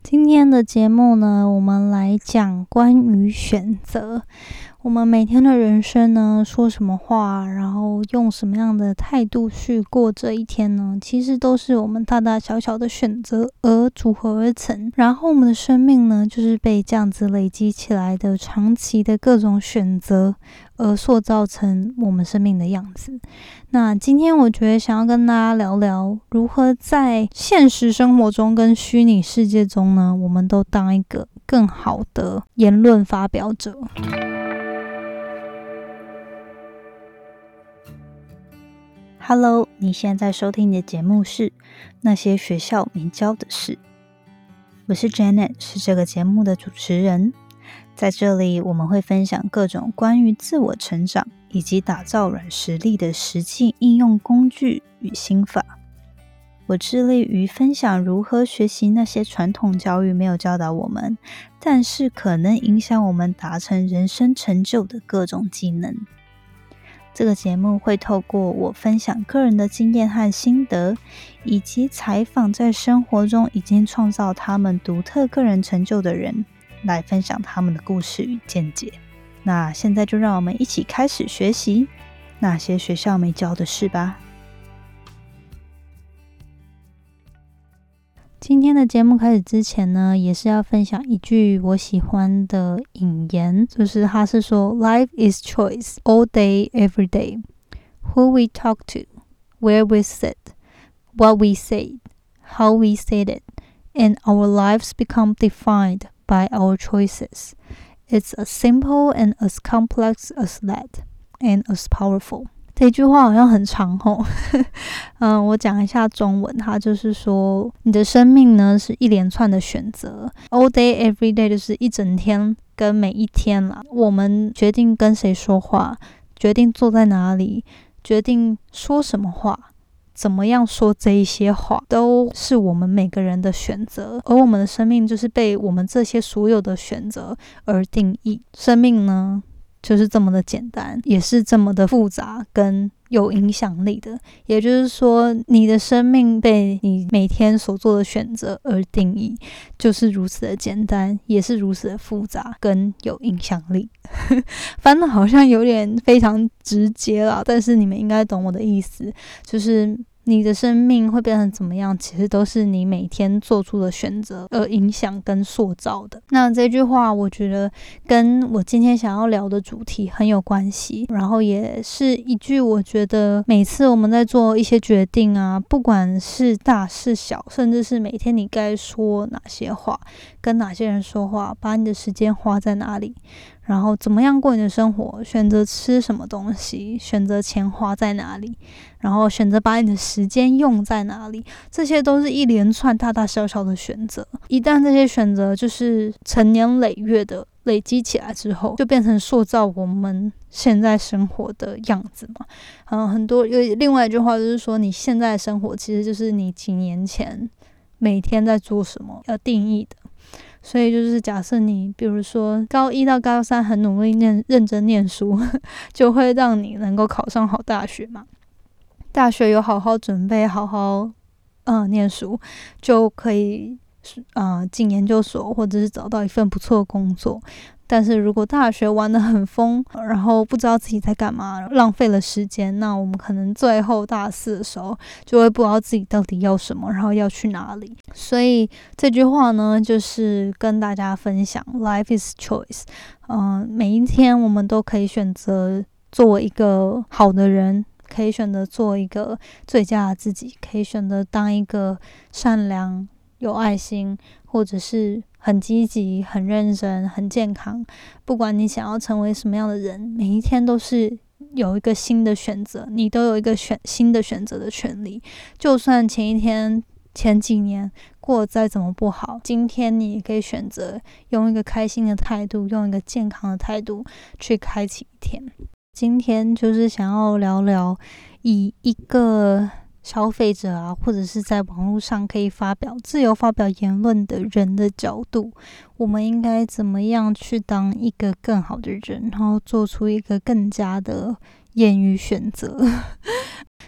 今天的节目呢，我们来讲关于选择。我们每天的人生呢，说什么话，然后用什么样的态度去过这一天呢？其实都是我们大大小小的选择而组合而成。然后我们的生命呢，就是被这样子累积起来的长期的各种选择而塑造成我们生命的样子。那今天我觉得想要跟大家聊聊，如何在现实生活中跟虚拟世界中呢，我们都当一个更好的言论发表者。Hello， 你现在收听的节目是那些学校没教的事。我是 Janet， 是这个节目的主持人。在这里，我们会分享各种关于自我成长以及打造软实力的实际应用工具与心法。我致力于分享如何学习那些传统教育没有教导我们，但是可能影响我们达成人生成就的各种技能。这个节目会透过我分享个人的经验和心得，以及采访在生活中已经创造他们独特个人成就的人，来分享他们的故事与见解。那现在就让我们一起开始学习那些学校没教的事吧。今天的节目开始之前呢，也是要分享一句我喜欢的引言，就是他是说 Life is choice, all day, every day. Who we talk to, where we sit, what we say, how we say it, and our lives become defined by our choices. It's as simple and as complex as that, and as powerful.这句话好像很长吼我讲一下中文，它就是说你的生命呢是一连串的选择 all day every day 就是一整天跟每一天啦，我们决定跟谁说话，决定坐在哪里，决定说什么话，怎么样说这一些话，都是我们每个人的选择，而我们的生命就是被我们这些所有的选择而定义。生命呢就是这么的简单，也是这么的复杂跟有影响力的。也就是说，你的生命被你每天所做的选择而定义，就是如此的简单，也是如此的复杂跟有影响力。反正好像有点非常直接啦，但是你们应该懂我的意思，就是你的生命会变成怎么样，其实都是你每天做出的选择而影响跟塑造的。那这句话我觉得跟我今天想要聊的主题很有关系，然后也是一句我觉得每次我们在做一些决定啊，不管是大是小，甚至是每天你该说哪些话，跟哪些人说话，把你的时间花在哪里，然后怎么样过你的生活，选择吃什么东西，选择钱花在哪里，然后选择把你的时间用在哪里，这些都是一连串大大小小的选择。一旦这些选择就是成年累月的累积起来之后，就变成塑造我们现在生活的样子嘛。很多有另外一句话就是说，你现在的生活其实就是你几年前每天在做什么要定义的。所以就是假设你比如说高1到高3很努力认真念书，就会让你能够考上好大学嘛。大学有好好准备，好好念书，就可以进研究所，或者是找到一份不错的工作。但是如果大学玩得很疯，然后不知道自己在干嘛，浪费了时间，那我们可能最后大4的时候就会不知道自己到底要什么，然后要去哪里。所以这句话呢，就是跟大家分享 Life is choice。每一天我们都可以选择做一个好的人，可以选择做一个最佳的自己，可以选择当一个善良有爱心，或者是很积极很认真很健康。不管你想要成为什么样的人，每一天都是有一个新的选择，你都有一个新的选择的权利。就算前几年过得再怎么不好，今天你也可以选择用一个开心的态度，用一个健康的态度去开启一天。今天就是想要聊聊以一个消费者啊，或者是在网络上可以自由发表言论的人的角度，我们应该怎么样去当一个更好的人，然后做出一个更加的言语选择。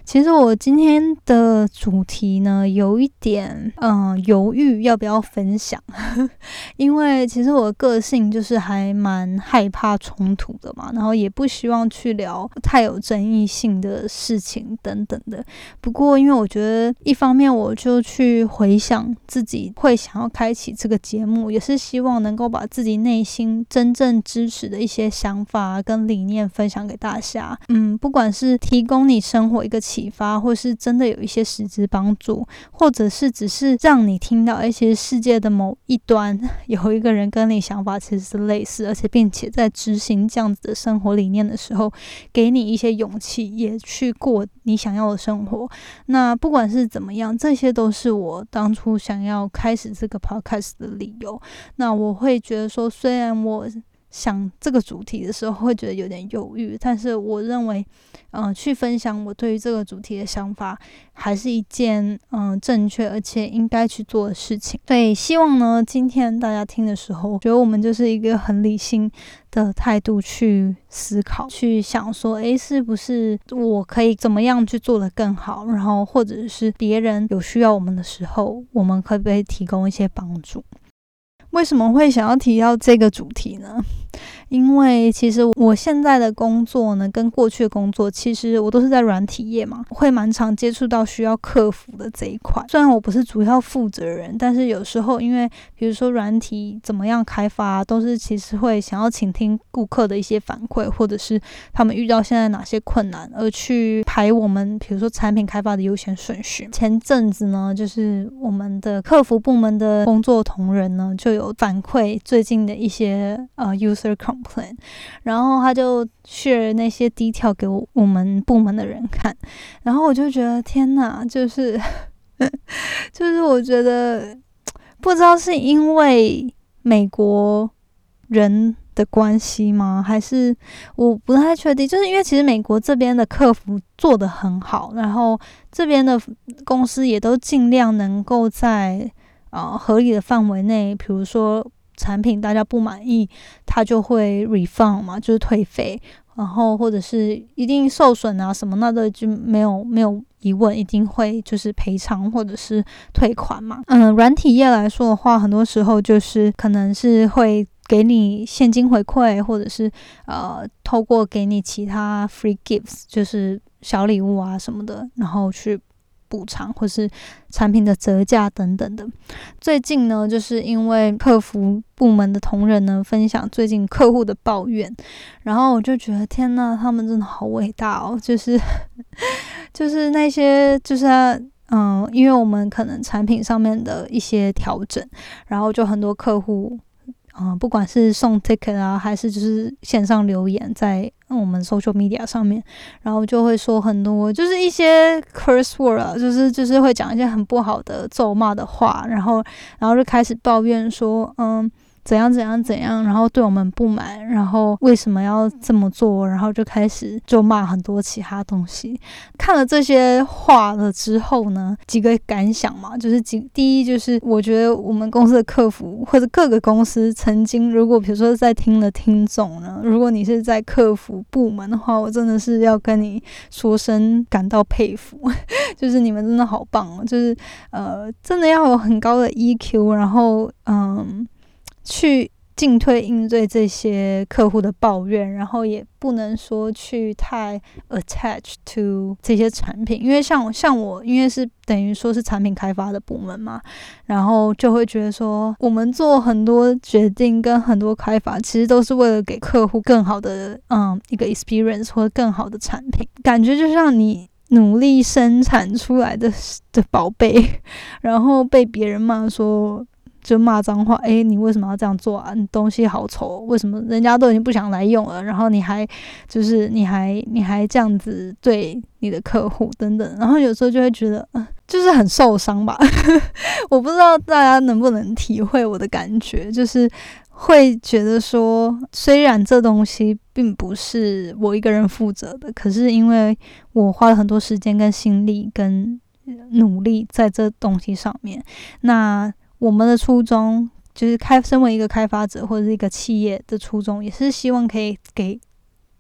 其实我今天的主题呢，有一点犹豫要不要分享，因为其实我的个性就是还蛮害怕冲突的嘛，然后也不希望去聊太有争议性的事情等等的。不过因为我觉得一方面我就去回想自己会想要开启这个节目，也是希望能够把自己内心真正支持的一些想法跟理念分享给大家。不管是提供你生活一个启发，或是真的有一些实质帮助，或者是只是让你听到其实世界的某一端有一个人跟你想法其实是类似，而且并且在执行这样子的生活理念的时候，给你一些勇气，也去过你想要的生活。那不管是怎么样，这些都是我当初想要开始这个 podcast 的理由。那我会觉得说，虽然我想这个主题的时候会觉得有点犹豫，但是我认为去分享我对于这个主题的想法还是一件正确而且应该去做的事情。所以希望呢，今天大家听的时候，觉得我们就是一个很理性的态度去思考，去想说是不是我可以怎么样去做得更好，然后或者是别人有需要我们的时候，我们可不可以提供一些帮助。为什么会想要提到这个主题呢？因为其实我现在的工作呢，跟过去的工作，其实我都是在软体业嘛，会蛮常接触到需要客服的这一块。虽然我不是主要负责人，但是有时候因为比如说软体怎么样开发，都是其实会想要倾听顾客的一些反馈，或者是他们遇到现在哪些困难，而去排我们比如说产品开发的优先顺序。前阵子呢，就是我们的客服部门的工作同仁呢，就有反馈最近的一些user complaint， 然后他就 share 那些 detail 给我们部门的人看，然后我就觉得天哪，就是我觉得不知道是因为美国人的关系吗？还是我不太确定，就是因为其实美国这边的客服做得很好，然后这边的公司也都尽量能够在合理的范围内，比如说产品大家不满意，他就会 refund 嘛，就是退费，然后或者是一定受损啊什么那的就没有疑问，一定会就是赔偿或者是退款嘛。软体业来说的话，很多时候就是可能是会给你现金回馈，或者是透过给你其他 free gifts， 就是小礼物啊什么的，然后去补偿或是产品的折价等等的。最近呢，就是因为客服部门的同仁呢分享最近客户的抱怨，然后我就觉得天哪，他们真的好伟大哦，就是那些就是因为我们可能产品上面的一些调整，然后就很多客户不管是送 ticket 啊，还是就是线上留言在我们 social media 上面，然后就会说很多就是一些 curse word 啊，就是会讲一些很不好的咒骂的话，然后就开始抱怨说怎样，然后对我们不满，然后为什么要这么做，然后就开始就骂很多其他东西。看了这些话了之后呢，几个感想嘛，就是第一就是我觉得我们公司的客服或者各个公司曾经，如果比如说在听的听众呢，如果你是在客服部门的话，我真的是要跟你说声感到佩服，就是你们真的好棒哦，就是真的要有很高的 EQ， 然后去进退应对这些客户的抱怨，然后也不能说去太 attach to 这些产品，因为像我，因为是等于说是产品开发的部门嘛，然后就会觉得说，我们做很多决定跟很多开发，其实都是为了给客户更好的一个 experience 或者更好的产品，感觉就像你努力生产出来的宝贝，然后被别人骂说。就骂脏话，你为什么要这样做啊？你东西好丑，为什么人家都已经不想来用了，然后你还这样子对你的客户等等，然后有时候就会觉得，就是很受伤吧。我不知道大家能不能体会我的感觉，就是会觉得说，虽然这东西并不是我一个人负责的，可是因为我花了很多时间跟心力跟努力在这东西上面，那我们的初衷就是身为一个开发者或者是一个企业的初衷，也是希望可以给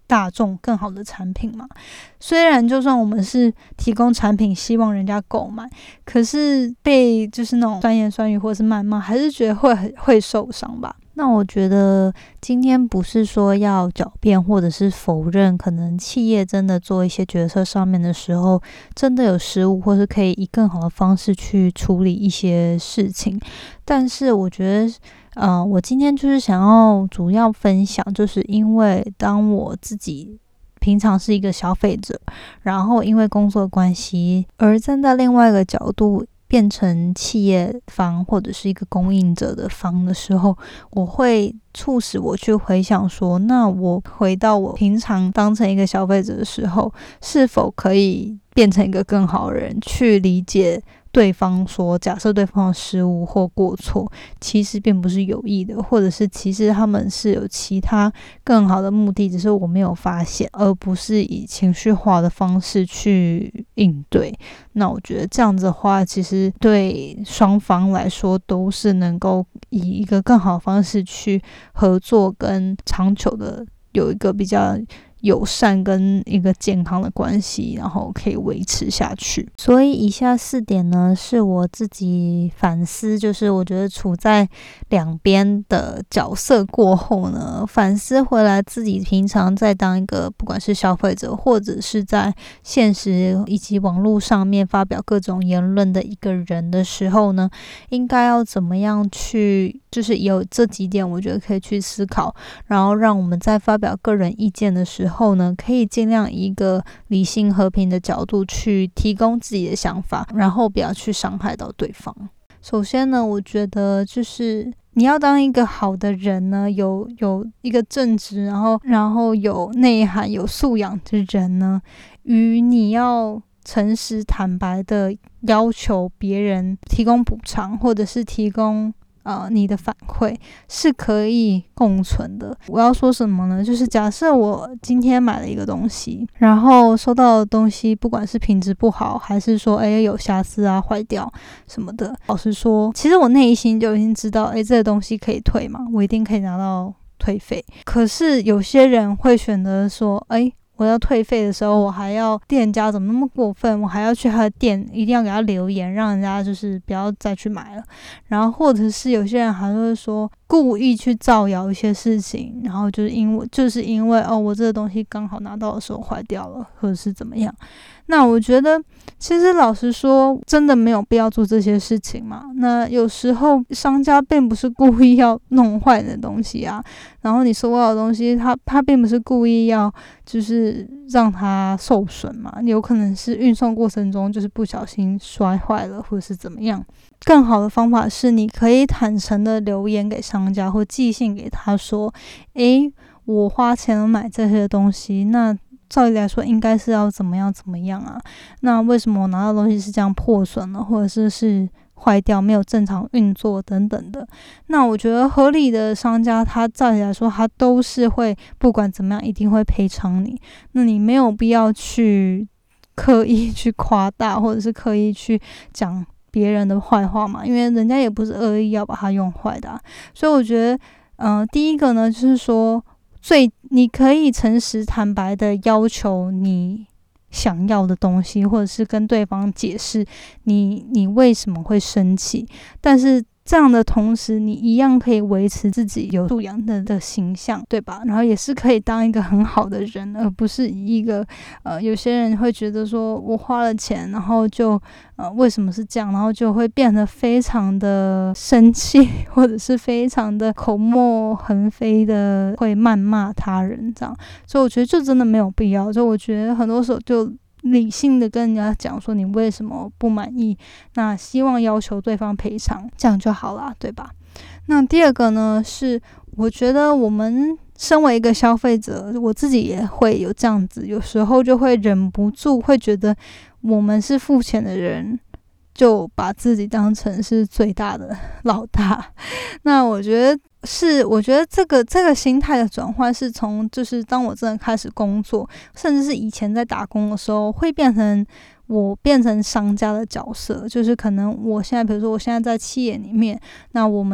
大众更好的产品嘛。虽然就算我们是提供产品希望人家购买，可是被就是那种酸言酸语或是谩骂，还是觉得会受伤吧。那我觉得今天不是说要狡辩或者是否认，可能企业真的做一些决策上面的时候真的有失误，或是可以以更好的方式去处理一些事情。但是我觉得我今天就是想要主要分享，就是因为当我自己平常是一个消费者，然后因为工作的关系而站在另外一个角度变成企业方或者是一个供应者的方的时候，我会促使我去回想说，那我回到我平常当成一个消费者的时候，是否可以变成一个更好的人，去理解对方说，假设对方的失误或过错其实并不是有意的，或者是其实他们是有其他更好的目的，只是我没有发现，而不是以情绪化的方式去应对。那我觉得这样子的话，其实对双方来说都是能够以一个更好的方式去合作，跟长久的有一个比较友善跟一个健康的关系，然后可以维持下去。所以以下4点呢，是我自己反思，就是我觉得处在两边的角色过后呢，反思回来自己平常在当一个不管是消费者，或者是在现实以及网络上面发表各种言论的一个人的时候呢，应该要怎么样去，就是有这几点我觉得可以去思考，然后让我们在发表个人意见的时候呢，可以尽量以一个理性和平的角度去提供自己的想法，然后不要去伤害到对方。首先呢，我觉得就是你要当一个好的人呢，有一个正直，然后有内涵有素养的人呢，与你要诚实坦白的要求别人提供补偿，或者是提供你的反馈，是可以共存的。我要说什么呢？就是假设我今天买了一个东西，然后收到的东西不管是品质不好，还是说有瑕疵啊坏掉什么的，老实说其实我内心就已经知道这个东西可以退嘛，我一定可以拿到退费。可是有些人会选择说我要退费的时候，我还要店家怎么那么过分，我还要去他的店一定要给他留言，让人家就是不要再去买了。然后或者是有些人还会说故意去造谣一些事情，然后就是因为我这个东西刚好拿到的时候坏掉了，或者是怎么样。那我觉得其实老实说真的没有必要做这些事情嘛。那有时候商家并不是故意要弄坏你的东西啊，然后你收到的东西他并不是故意要就是让它受损嘛，有可能是运送过程中就是不小心摔坏了，或者是怎么样。更好的方法是你可以坦诚的留言给商家，或寄信给他说我花钱了买这些东西，那照理来说应该是要怎么样啊，那为什么我拿到的东西是这样破损了，或者是坏掉没有正常运作等等的。那我觉得合理的商家他照理来说他都是会不管怎么样一定会赔偿你，那你没有必要去刻意去夸大，或者是刻意去讲别人的坏话嘛，因为人家也不是恶意要把它用坏的所以我觉得第一个呢就是说你可以诚实坦白的要求你想要的东西，或者是跟对方解释你为什么会生气，但是这样的同时你一样可以维持自己有素养的形象，对吧？然后也是可以当一个很好的人，而不是以一个有些人会觉得说我花了钱，然后就为什么是这样，然后就会变得非常的生气，或者是非常的口沫横飞的会谩骂他人这样。所以我觉得就真的没有必要，所以我觉得很多时候就理性的跟人家讲说你为什么不满意，那希望要求对方赔偿，这样就好啦，对吧？那第二个呢是我觉得我们身为一个消费者，我自己也会有这样子，有时候就会忍不住会觉得我们是付钱的人，就把自己当成是最大的老大。那我觉得这个心态的转换是从就是当我真的开始工作，甚至是以前在打工的时候，会变成商家的角色，就是可能我现在比如说我现在在企业里面，那我们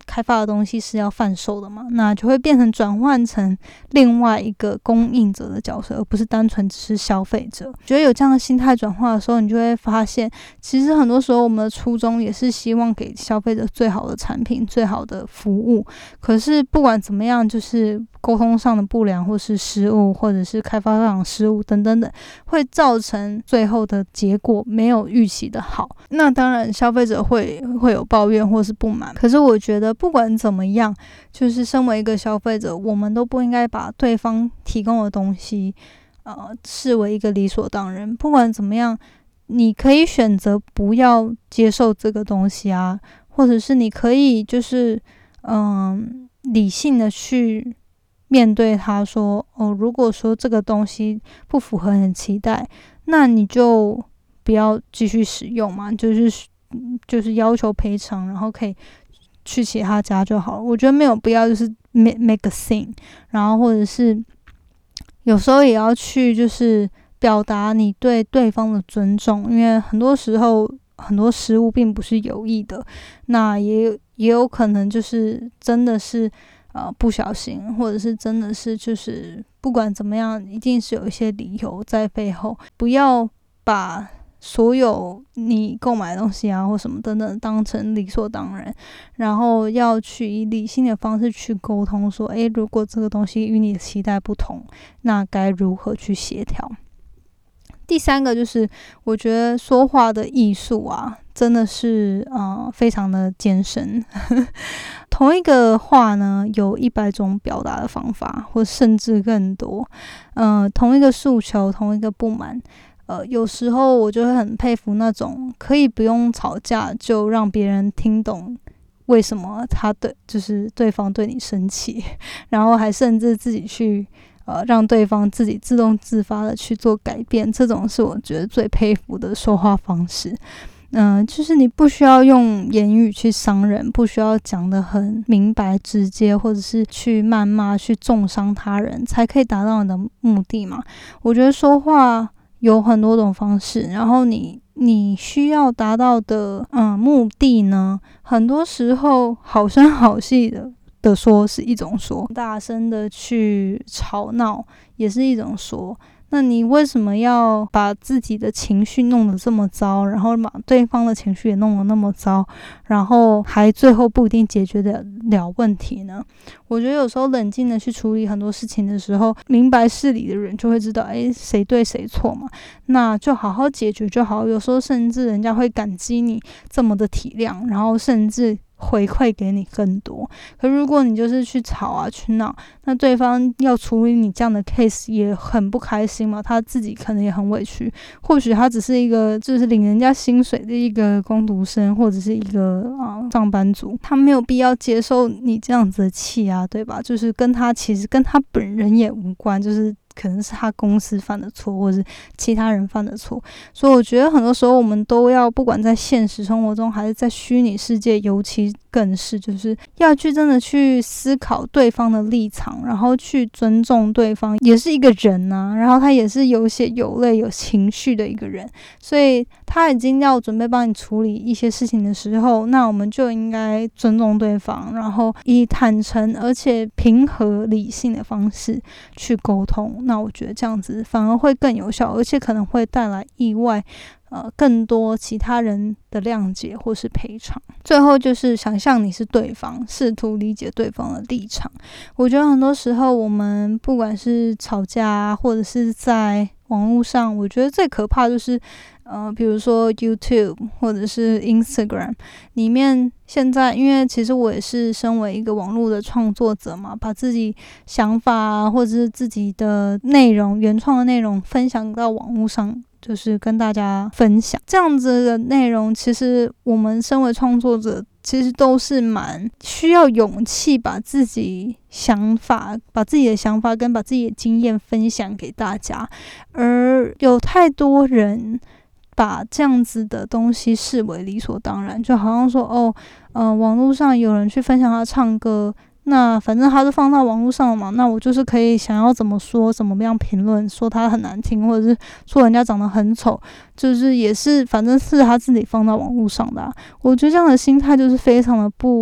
开发的东西是要贩售的嘛，那就会变成转换成另外一个供应者的角色，而不是单纯只是消费者。觉得有这样的心态转化的时候，你就会发现其实很多时候我们的初衷也是希望给消费者最好的产品、最好的服务，可是不管怎么样，就是沟通上的不良或是失误，或者是开发上的失误等等等，会造成最后的结果没有预期的好。那当然消费者会有抱怨或是不满，可是我觉得不管怎么样，就是身为一个消费者，我们都不应该把对方提供的东西视为一个理所当然。不管怎么样，你可以选择不要接受这个东西啊，或者是你可以就是理性的去面对他说如果说这个东西不符合你的期待，那你就不要继续使用嘛，就是要求赔偿，然后可以去其他家就好了。我觉得没有必要就是 make a scene， 然后或者是有时候也要去就是表达你对对方的尊重，因为很多时候很多失误并不是有意的，那也有可能就是真的是不小心，或者是真的是就是不管怎么样，一定是有一些理由在背后。不要把所有你购买的东西啊或什么等等当成理所当然，然后要去以理性的方式去沟通说如果这个东西与你的期待不同，那该如何去协调。第三个就是我觉得说话的艺术啊真的是非常的艰深同一个话呢有100种表达的方法，或甚至更多。同一个诉求，同一个不满，有时候我就会很佩服那种可以不用吵架就让别人听懂为什么就是对方对你生气，然后还甚至自己去让对方自己自动自发的去做改变，这种是我觉得最佩服的说话方式。就是你不需要用言语去伤人，不需要讲得很明白直接，或者是去谩骂去重伤他人才可以达到你的目的嘛。我觉得说话有很多种方式，然后你需要达到的目的呢，很多时候好声好气的说是一种说，大声的去吵闹也是一种说。那你为什么要把自己的情绪弄得这么糟，然后把对方的情绪也弄得那么糟，然后还最后不一定解决得了问题呢？我觉得有时候冷静的去处理很多事情的时候，明白事理的人就会知道谁对谁错嘛，那就好好解决就好。有时候甚至人家会感激你这么的体谅，然后甚至回馈给你更多。可如果你就是去吵啊去闹，那对方要处理你这样的 case 也很不开心嘛，他自己可能也很委屈。或许他只是一个就是领人家薪水的一个工读生，或者是一个上班族，他没有必要接受你这样子的气啊，对吧？就是其实跟他本人也无关，就是可能是他公司犯的错，或者是其他人犯的错。所以我觉得很多时候我们都要，不管在现实生活中还是在虚拟世界，尤其更是就是要去真的去思考对方的立场，然后去尊重对方也是一个人啊，然后他也是有血有泪有情绪的一个人，所以他已经要准备帮你处理一些事情的时候，那我们就应该尊重对方，然后以坦诚而且平和理性的方式去沟通。那我觉得这样子反而会更有效，而且可能会带来意外更多其他人的谅解或是赔偿。最后就是想象你是对方，试图理解对方的立场。我觉得很多时候我们不管是吵架啊，或者是在网络上，我觉得最可怕就是比如说 YouTube 或者是 Instagram 里面，现在因为其实我也是身为一个网络的创作者嘛，把自己想法啊，或者是自己的内容原创的内容分享到网络上，就是跟大家分享这样子的内容。其实我们身为创作者其实都是蛮需要勇气，把自己的想法跟把自己的经验分享给大家，而有太多人把这样子的东西视为理所当然，就好像说网络上有人去分享他唱歌，那反正他是放到网络上了嘛，那我就是可以想要怎么说怎么样评论，说他很难听，或者是说人家长得很丑，就是也是反正是他自己放到网络上的我觉得这样的心态就是非常的不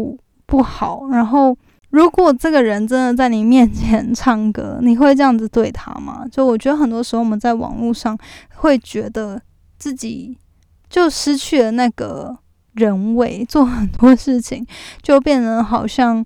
不好。然后如果这个人真的在你面前唱歌，你会这样子对他吗？就我觉得很多时候我们在网络上会觉得自己就失去了那个人味，做很多事情就变得好像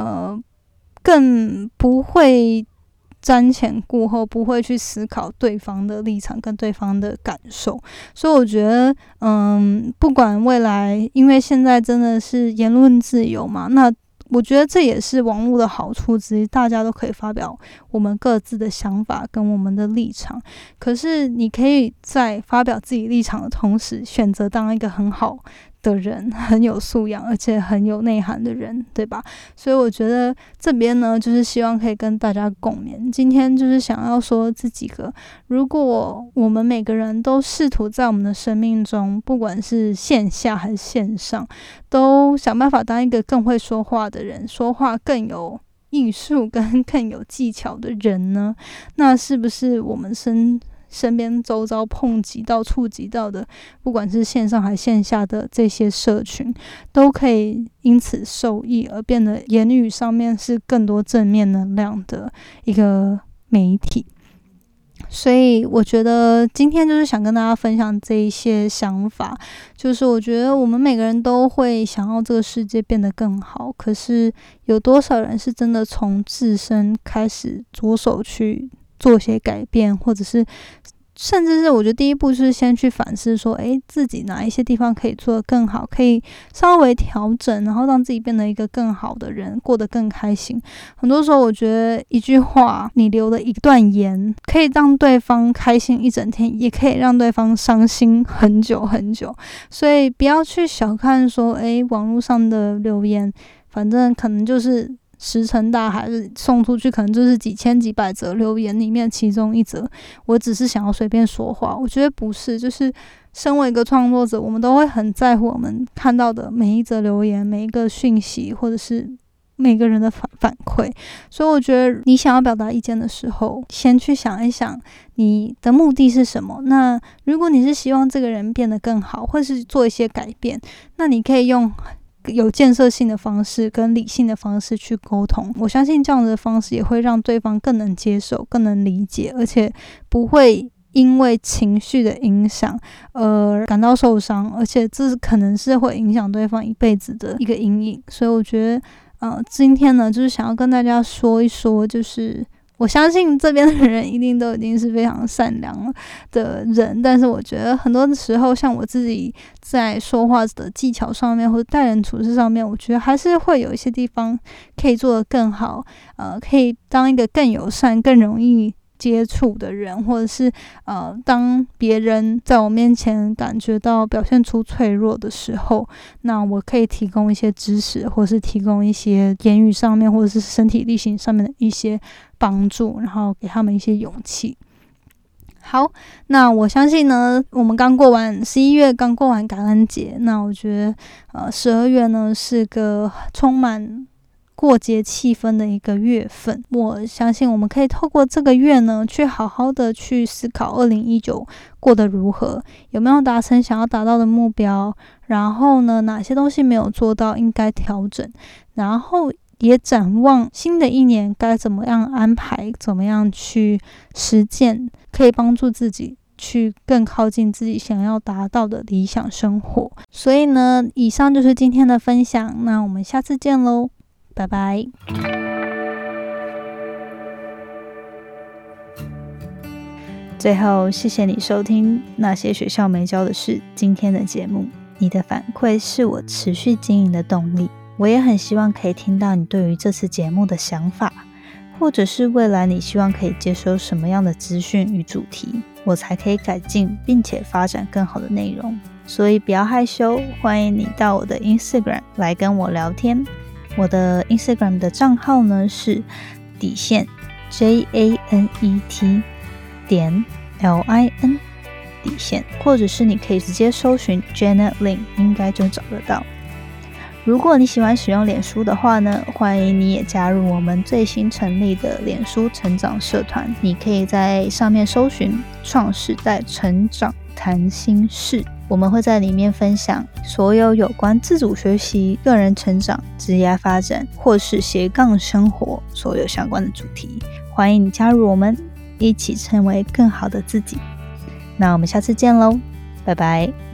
更不会瞻前顾后，不会去思考对方的立场跟对方的感受。所以我觉得不管未来，因为现在真的是言论自由嘛，那我觉得这也是网络的好处之一，大家都可以发表我们各自的想法跟我们的立场。可是你可以在发表自己立场的同时，选择当一个很好的人，很有素养而且很有内涵的人，对吧？所以我觉得这边呢，就是希望可以跟大家共勉。今天就是想要说这几个，如果我们每个人都试图在我们的生命中，不管是线下还是线上，都想办法当一个更会说话的人，说话更有艺术跟更有技巧的人呢，那是不是我们身边周遭碰及到触及到的，不管是线上还线下的这些社群，都可以因此受益，而变得言语上面是更多正面能量的一个媒体。所以我觉得今天就是想跟大家分享这一些想法，就是我觉得我们每个人都会想要这个世界变得更好，可是有多少人是真的从自身开始着手去做些改变，或者是甚至是我觉得第一步就是先去反思说，自己哪一些地方可以做得更好，可以稍微调整，然后让自己变得一个更好的人，过得更开心。很多时候我觉得一句话，你留了一段言，可以让对方开心一整天，也可以让对方伤心很久很久。所以不要去小看说网络上的留言，反正可能就是石沉大海，送出去可能就是几千几百则留言里面其中一则，我只是想要随便说话。我觉得不是，就是身为一个创作者，我们都会很在乎我们看到的每一则留言，每一个讯息，或者是每个人的反馈。所以我觉得你想要表达意见的时候，先去想一想你的目的是什么。那如果你是希望这个人变得更好，或是做一些改变，那你可以用有建设性的方式跟理性的方式去沟通。我相信这样的方式也会让对方更能接受，更能理解，而且不会因为情绪的影响而感到受伤，而且这可能是会影响对方一辈子的一个阴影。所以我觉得今天呢，就是想要跟大家说一说，就是我相信这边的人一定都已经是非常善良的人，但是我觉得很多时候像我自己在说话的技巧上面或者待人处事上面，我觉得还是会有一些地方可以做得更好，可以当一个更友善更容易接触的人，或者是当别人在我面前感觉到表现出脆弱的时候，那我可以提供一些支持，或是提供一些言语上面或者是身体力行上面的一些帮助，然后给他们一些勇气。好，那我相信呢，我们刚过完11月，刚过完感恩节，那我觉得12月呢是个充满过节气氛的一个月份。我相信我们可以透过这个月呢，去好好的去思考2019过得如何，有没有达成想要达到的目标，然后呢，哪些东西没有做到应该调整，然后也展望新的一年该怎么样安排，怎么样去实践，可以帮助自己去更靠近自己想要达到的理想生活。所以呢，以上就是今天的分享，那我们下次见咯，拜拜。最后，谢谢你收听那些学校没教的事今天的节目，你的反馈是我持续经营的动力。我也很希望可以听到你对于这次节目的想法，或者是未来你希望可以接收什么样的资讯与主题，我才可以改进并且发展更好的内容。所以不要害羞，欢迎你到我的 Instagram 来跟我聊天。我的 Instagram 的账号呢是JANET.LIN，或者是你可以直接搜寻 Janet Lin， 应该就找得到。如果你喜欢使用脸书的话呢，欢迎你也加入我们最新成立的脸书成长社团，你可以在上面搜寻创时代成长谈心事。 我们会在里面分享所有有关自主学习、个人成长、职业发展或是斜杠生活所有相关的主题。欢迎你加入我们，一起成为更好的自己。那我们下次见喽，拜拜。